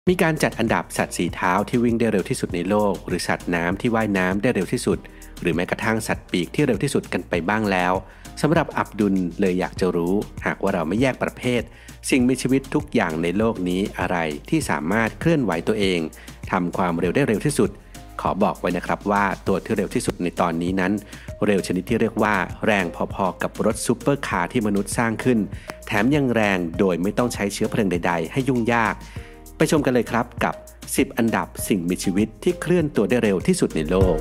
มีการจัดอันดับสัตว์สีเท้าที่วิ่งได้เร็วที่สุดในโลกหรือสัตว์น้ำที่ว่ายน้ำได้เร็วที่สุดหรือแม้กระทั่งสัตว์ปีกที่เร็วที่สุดกันไปบ้างแล้วสำหรับอับดุลเลยอยากจะรู้หากว่าเราไม่แยกประเภทสิ่งมีชีวิตทุกอย่างในโลกนี้อะไรที่สามารถเคลื่อนไหวตัวเองทำความเร็วได้เร็วที่สุดขอบอกไว้นะครับว่าตัวที่เร็วที่สุดในตอนนี้นั้นเร็วชนิดที่เรียกว่าแรงพอๆกับรถซุปเปอร์คาร์ที่มนุษย์สร้างขึ้นแถมยังแรงโดยไม่ต้องใช้เชื้อเพลิงใดๆให้ยุ่งยากไปชมกันเลยครับกับ10อันดับสิ่งมีชีวิตที่เคลื่อนตัวได้เร็วที่สุดในโลก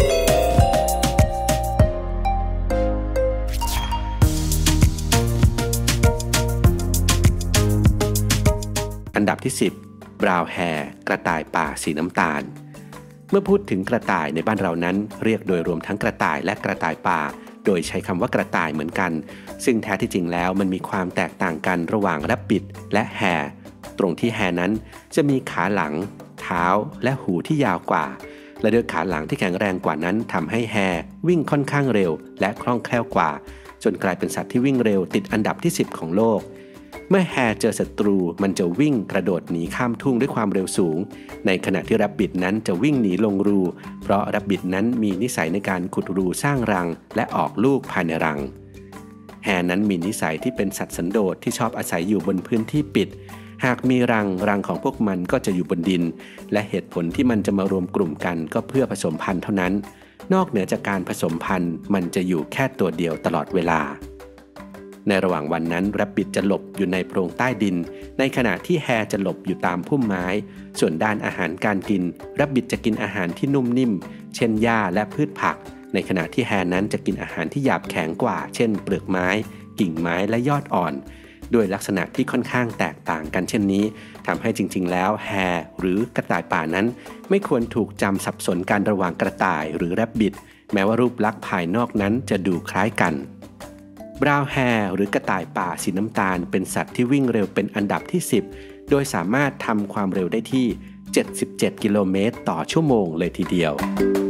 อันดับที่10บราวน์แฮร์กระต่ายป่าสีน้ำตาลเมื่อพูดถึงกระต่ายในบ้านเรานั้นเรียกโดยรวมทั้งกระต่ายและกระต่ายป่าโดยใช้คำว่ากระต่ายเหมือนกันซึ่งแท้ที่จริงแล้วมันมีความแตกต่างกันระหว่างแรบบิทและแฮร์ตรงที่แฮร์นั้นจะมีขาหลังเท้าและหูที่ยาวกว่าและด้วยขาหลังที่แข็งแรงกว่านั้นทำให้แฮร์วิ่งค่อนข้างเร็วและคล่องแคล่วกว่าจนกลายเป็นสัตว์ที่วิ่งเร็วติดอันดับที่10ของโลกเมื่อแฮร์เจอศัตรูมันจะวิ่งกระโดดหนีข้ามทุ่งด้วยความเร็วสูงในขณะที่แรบบิทนั้นจะวิ่งหนีลงรูเพราะแรบบิทนั้นมีนิสัยในการขุดรูสร้างรังและออกลูกภายในรังแฮร์นั้นมีนิสัยที่เป็นสัตว์สันโดษที่ชอบอาศัยอยู่บนพื้นที่ปิดหากมีรังของพวกมันก็จะอยู่บนดินและเหตุผลที่มันจะมารวมกลุ่มกันก็เพื่อผสมพันธุ์เท่านั้นนอกเหนือจากการผสมพันธุ์มันจะอยู่แค่ตัวเดียวตลอดเวลาในระหว่างวันนั้นแรบบิทจะหลบอยู่ในโพรงใต้ดินในขณะที่แฮร์จะหลบอยู่ตามพุ่มไม้ส่วนด้านอาหารการกินแรบบิทจะกินอาหารที่นุ่มนิ่มเช่นหญ้าและพืชผักในขณะที่แฮร์นั้นจะกินอาหารที่หยาบแข็งกว่าเช่นเปลือกไม้กิ่งไม้และยอดอ่อนด้วยลักษณะที่ค่อนข้างแตกต่างกันเช่นนี้ทำให้จริงๆแล้วแฮร์หรือกระต่ายป่านั้นไม่ควรถูกจำสับสนกันระหว่างกระต่ายหรือแรบบิทแม้ว่ารูปลักษณ์ภายนอกนั้นจะดูคล้ายกันบราวน์แฮร์หรือกระต่ายป่าสีน้ำตาลเป็นสัตว์ที่วิ่งเร็วเป็นอันดับที่10โดยสามารถทำความเร็วได้ที่77กิโลเมตรต่อชั่วโมงเลยทีเดียว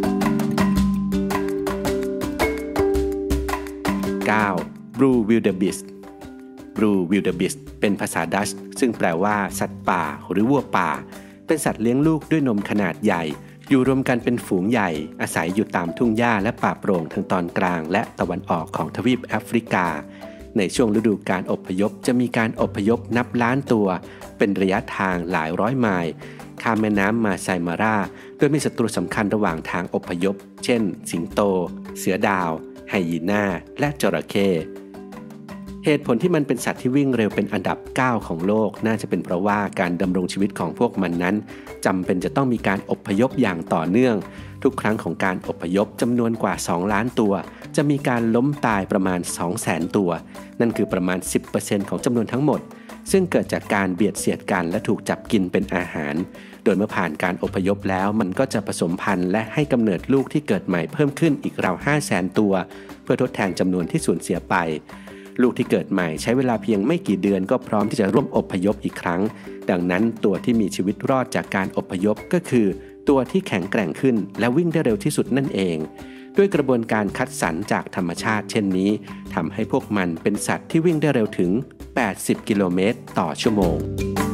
9. Blue Wildebeest Blue Wildebeest เป็นภาษาดัชซึ่งแปลว่าสัตว์ป่าหรือวัวป่าเป็นสัตว์เลี้ยงลูกด้วยนมขนาดใหญ่อยู่รวมกันเป็นฝูงใหญ่อาศัยอยู่ตามทุ่งหญ้าและป่าโปร่งทางตอนกลางและตะวันออกของทวีปแอฟริกาในช่วงฤดูการอพยพจะมีการอพยพนับล้านตัวเป็นระยะทางหลายร้อยไมล์ข้ามแม่น้ำมาไซมาราโดยมีศัตรูสำคัญระหว่างทางอพยพเช่นสิงโตเสือดาวไฮยีน่าและจระเข้เหตุผลที่มันเป็นสัตว์ที่วิ่งเร็วเป็นอันดับ9ของโลกน่าจะเป็นเพราะว่าการดำรงชีวิตของพวกมันนั้นจำเป็นจะต้องมีการอพยพอย่างต่อเนื่องทุกครั้งของการอพยพจำนวนกว่า2ล้านตัวจะมีการล้มตายประมาณ 200,000 ตัวนั่นคือประมาณ 10% ของจำนวนทั้งหมดซึ่งเกิดจากการเบียดเสียดกันและถูกจับกินเป็นอาหารโดยเมื่อผ่านการอพยพแล้วมันก็จะผสมพันธุ์และให้กำเนิดลูกที่เกิดใหม่เพิ่มขึ้นอีกราว 500,000 ตัวเพื่อทดแทนจำนวนที่สูญเสียไปลูกที่เกิดใหม่ใช้เวลาเพียงไม่กี่เดือนก็พร้อมที่จะร่วมอพยพอีกครั้งดังนั้นตัวที่มีชีวิตรอดจากการอพยพก็คือตัวที่แข็งแกร่งขึ้นและวิ่งได้เร็วที่สุดนั่นเองด้วยกระบวนการคัดสรรจากธรรมชาติเช่นนี้ทำให้พวกมันเป็นสัตว์ที่วิ่งได้เร็วถึง80กิโลเมตรต่อชั่วโมง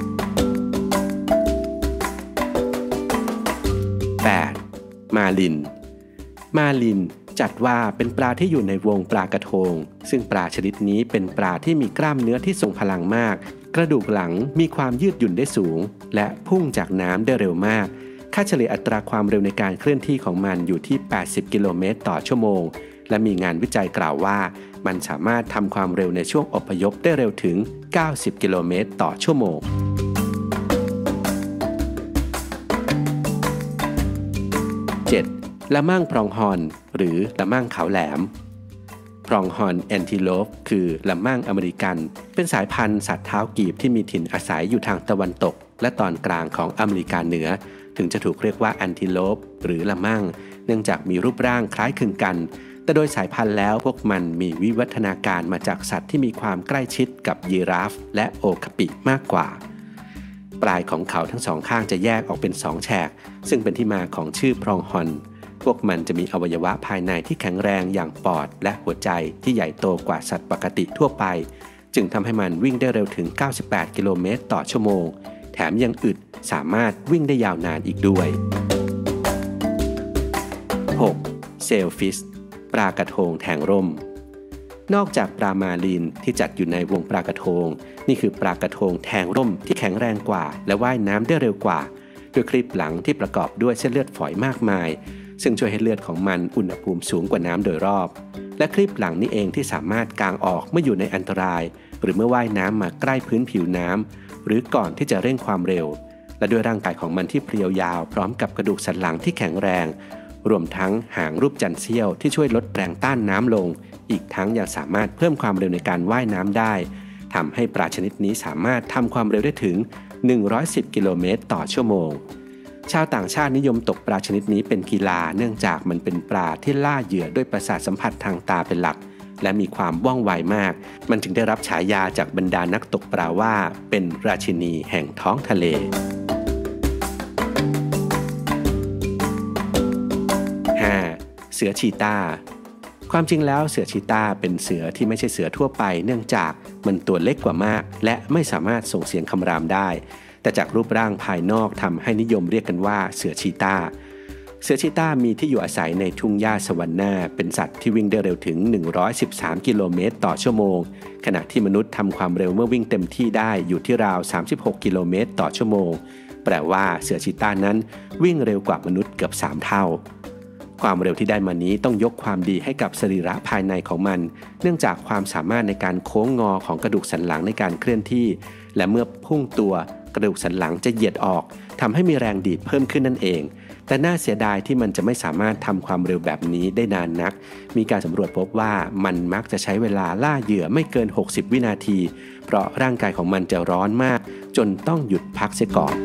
8. มาลินจัดว่าเป็นปลาที่อยู่ในวงปลากระทงซึ่งปลาชนิดนี้เป็นปลาที่มีกล้ามเนื้อที่ทรงพลังมากกระดูกหลังมีความยืดหยุ่นได้สูงและพุ่งจากน้ำได้เร็วมากค่าเฉลี่ยอัตราความเร็วในการเคลื่อนที่ของมันอยู่ที่80กิโลเมตรต่อชั่วโมงและมีงานวิจัยกล่าวว่ามันสามารถทำความเร็วในช่วงอพยพได้เร็วถึง90กิโลเมตรต่อชั่วโมง 7. ละมั่งพรองฮอนหรือละมั่งขาวแหลมพรองฮอนแอนติโลปคือละมั่งอเมริกันเป็นสายพันธุ์สัตว์เท้ากีบที่มีถิ่นอาศัยอยู่ทางตะวันตกและตอนกลางของอเมริกาเหนือถึงจะถูกเรียกว่าแอนติโลปหรือละมั่งเนื่องจากมีรูปร่างคล้ายคลึงกันแต่โดยสายพันธุ์แล้วพวกมันมีวิวัฒนาการมาจากสัตว์ที่มีความใกล้ชิดกับยีราฟและโอคาปิมากกว่าปลายของเขาทั้งสองข้างจะแยกออกเป็น2แฉกซึ่งเป็นที่มาของชื่อพรองฮอนพวกมันจะมีอวัยวะภายในที่แข็งแรงอย่างปอดและหัวใจที่ใหญ่โตกว่าสัตว์ปกติทั่วไปจึงทำให้มันวิ่งได้เร็วถึง98กิโลเมตรต่อชั่วโมงแถมยังอึดสามารถวิ่งได้ยาวนานอีกด้วย 6. เซลฟิชปลากระทงแทงร่มนอกจากปลามาลีนที่จัดอยู่ในวงปลากระทงนี่คือปลากระทงแทงร่มที่แข็งแรงกว่าและว่ายน้ำได้เร็วกว่าด้วยคลีบหลังที่ประกอบด้วยเส้นเลือดฝอยมากมายซึ่งช่วยให้เลือดของมันอุณหภูมิสูงกว่าน้ำโดยรอบและคลีบหลังนี้เองที่สามารถกางออกเมื่ออยู่ในอันตรายหรือเมื่อว่ายน้ำมาใกล้พื้นผิวน้ำหรือก่อนที่จะเร่งความเร็วและด้วยร่างกายของมันที่เพรียวยาวพร้อมกับกระดูกสันหลังที่แข็งแรงรวมทั้งหางรูปจันทร์เสี้ยวที่ช่วยลดแรงต้านน้ำลงอีกทั้งยังสามารถเพิ่มความเร็วในการว่ายน้ำได้ทำให้ปลาชนิดนี้สามารถทำความเร็วได้ถึง110 กิโลเมตรต่อชั่วโมงชาวต่างชาตินิยมตกปลาชนิดนี้เป็นกีฬาเนื่องจากมันเป็นปลาที่ล่าเหยื่อด้วยประสาทสัมผัสทางตาเป็นหลักและมีความว่องไวมากมันจึงได้รับฉายาจากบรรดานักตกปลาว่าเป็นราชินีแห่งท้องทะเล 5. เสือชีตาความจริงแล้วเสือชีตาเป็นเสือที่ไม่ใช่เสือทั่วไปเนื่องจากมันตัวเล็กกว่ามากและไม่สามารถส่งเสียงคำรามได้แต่จากรูปร่างภายนอกทำให้นิยมเรียกกันว่าเสือชีตาเสือชีตามีที่อยู่อาศัยในทุ่งหญ้าสวรรค์นาเป็นสัตว์ที่วิ่งได้เร็วถึง113 กิโลเมตรต่อชั่วโมงขณะที่มนุษย์ทำความเร็วเมื่อวิ่งเต็มที่ได้อยู่ที่ราว36 กิโลเมตรต่อชั่วโมงแปลว่าเสือชีตานั้นวิ่งเร็วกว่ามนุษย์เกือบ3 เท่าความเร็วที่ได้มานี้ต้องยกความดีให้กับสรีระภายในของมันเนื่องจากความสามารถในการโค้งงอของกระดูกสันหลังในการเคลื่อนที่และเมื่อพุ่งตัวกระดูกสันหลังจะเหยียดออกทำให้มีแรงดีดเพิ่มขึ้นนั่นเองแต่น่าเสียดายที่มันจะไม่สามารถทำความเร็วแบบนี้ได้นานนักมีการสำรวจพบว่ามันมักจะใช้เวลาล่าเหยื่อไม่เกิน60 วินาทีเพราะร่างกายของมันจะร้อนมากจนต้องหยุดพักเสียก่อน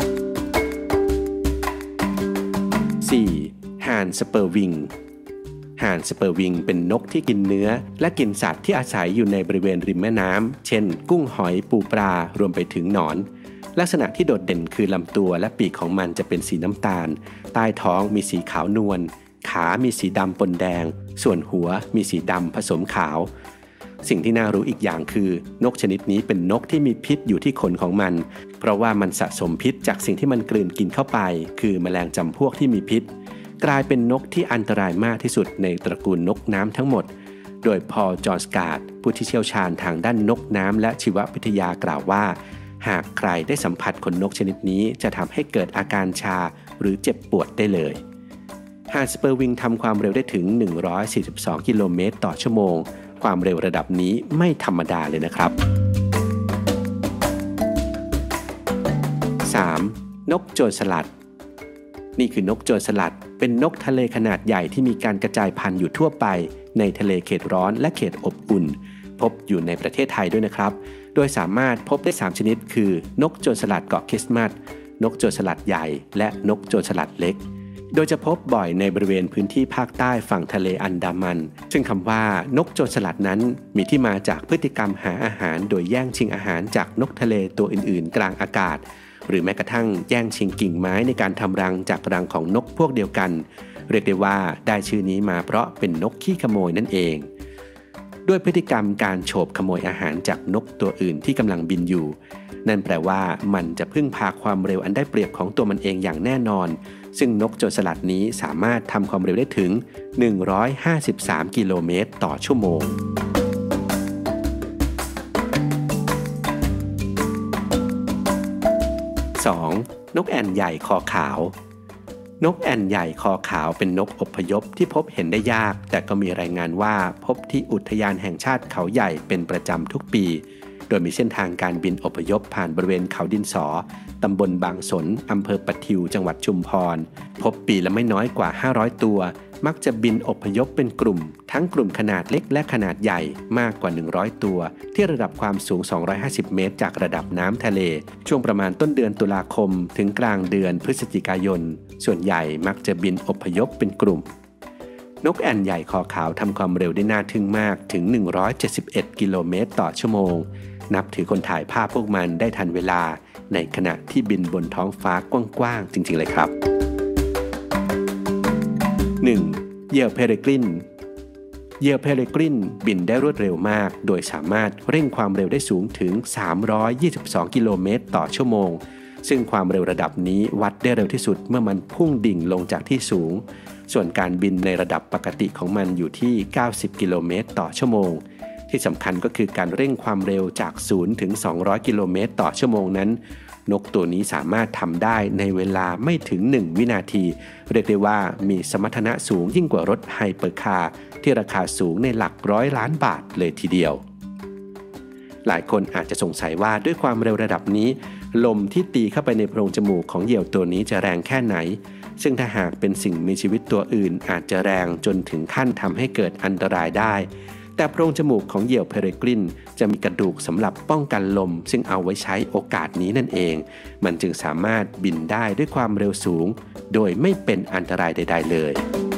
4. ห่านสเปอร์วิงห่านสเปอร์วิงเป็นนกที่กินเนื้อและกินสัตว์ที่อาศัยอยู่ในบริเวณริมแม่น้ำเช่นกุ้งหอยปูปลารวมไปถึงหนอนลักษณะที่โดดเด่นคือลำตัวและปีกของมันจะเป็นสีน้ำตาลใต้ท้องมีสีขาวนวลขามีสีดำปนแดงส่วนหัวมีสีดำผสมขาวสิ่งที่น่ารู้อีกอย่างคือนกชนิดนี้เป็นนกที่มีพิษอยู่ที่ขนของมันเพราะว่ามันสะสมพิษจากสิ่งที่มันกลืนกินเข้าไปคือแมลงจำพวกที่มีพิษกลายเป็นนกที่อันตรายมากที่สุดในตระกูลนกน้ำทั้งหมดโดยพอล จอห์นสการ์ดผู้ที่เชี่ยวชาญทางด้านนกน้ำและชีววิทยากล่าวว่าหากใครได้สัมผัสขนนกชนิดนี้จะทำให้เกิดอาการชาหรือเจ็บปวดได้เลยห่านสเปอร์วิงทำความเร็วได้ถึง142 กิโลเมตรต่อชั่วโมงความเร็วระดับนี้ไม่ธรรมดาเลยนะครับ 3. นกโจรสลัดนี่คือนกโจรสลัดเป็นนกทะเลขนาดใหญ่ที่มีการกระจายพันธุ์อยู่ทั่วไปในทะเลเขตร้อนและเขตอบอุ่นพบอยู่ในประเทศไทยด้วยนะครับโดยสามารถพบได้3ชนิดคือนกโจรสลัดเกาะคริสต์มาสนกโจรสลัดใหญ่และนกโจรสลัดเล็กโดยจะพบบ่อยในบริเวณพื้นที่ภาคใต้ฝั่งทะเลอันดามันซึ่งคำว่านกโจรสลัดนั้นมีที่มาจากพฤติกรรมหาอาหารโดยแย่งชิงอาหารจากนกทะเลตัวอื่นๆกลางอากาศหรือแม้กระทั่งแย่งชิงกิ่งไม้ในการทำรังจากรังของนกพวกเดียวกันเรียกได้ว่าได้ชื่อนี้มาเพราะเป็นนกขี้ขโมยนั่นเองด้วยพฤติกรรมการโฉบขโมยอาหารจากนกตัวอื่นที่กำลังบินอยู่นั่นแปลว่ามันจะพึ่งพาความเร็วอันได้เปรียบของตัวมันเองอย่างแน่นอนซึ่งนกโจรสลัดนี้สามารถทำความเร็วได้ถึง153 กิโลเมตรต่อชั่วโมง 2. นกแอ่นใหญ่คอขาวนกแอ่นใหญ่คอขาวเป็นนกอพยพที่พบเห็นได้ยากแต่ก็มีรายงานว่าพบที่อุทยานแห่งชาติเขาใหญ่เป็นประจำทุกปีโดยมีเส้นทางการบินอพยพผ่านบริเวณเขาดินสอตำบลบางสนอำเภอปะทิวจังหวัดชุมพรพบปีละไม่น้อยกว่า500ตัวมักจะบินอพยพเป็นกลุ่มทั้งกลุ่มขนาดเล็กและขนาดใหญ่มากกว่า100ตัวที่ระดับความสูง250เมตรจากระดับน้ำทะเลช่วงประมาณต้นเดือนตุลาคมถึงกลางเดือนพฤศจิกายนส่วนใหญ่มักจะบินอพยพเป็นกลุ่มนกแอ่นใหญ่คอขาวทำความเร็วได้น่าทึ่งมากถึง171 กิโลเมตรต่อชั่วโมงนับถือคนถ่ายภาพพวกมันได้ทันเวลาในขณะที่บินบนท้องฟ้ากว้างๆจริงๆเลยครับ 1. เหยี่ยวเพเรกรินเหยี่ยวเพเรกรินบินได้รวดเร็วมากโดยสามารถเร่งความเร็วได้สูงถึง322 กิโลเมตรต่อชั่วโมงซึ่งความเร็วระดับนี้วัดได้เร็วที่สุดเมื่อมันพุ่งดิ่งลงจากที่สูงส่วนการบินในระดับปกติของมันอยู่ที่90กิโลเมตรต่อชั่วโมงที่สำคัญก็คือการเร่งความเร็วจาก0ถึง200กิโลเมตรต่อชั่วโมงนั้นนกตัวนี้สามารถทำได้ในเวลาไม่ถึง1วินาทีเรียกได้ว่ามีสมรรถนะสูงยิ่งกว่ารถไฮเปอร์คาร์ที่ราคาสูงในหลัก100 ล้านบาทเลยทีเดียวหลายคนอาจจะสงสัยว่าด้วยความเร็วระดับนี้ลมที่ตีเข้าไปในโพรงจมูกของเหยี่ยวตัวนี้จะแรงแค่ไหนซึ่งถ้าหากเป็นสิ่งมีชีวิตตัวอื่นอาจจะแรงจนถึงขั้นทำให้เกิดอันตรายได้แต่โพรงจมูกของเหยี่ยวเพเรกรินจะมีกระดูกสำหรับป้องกันลมซึ่งเอาไว้ใช้โอกาสนี้นั่นเองมันจึงสามารถบินได้ด้วยความเร็วสูงโดยไม่เป็นอันตรายใดๆเลย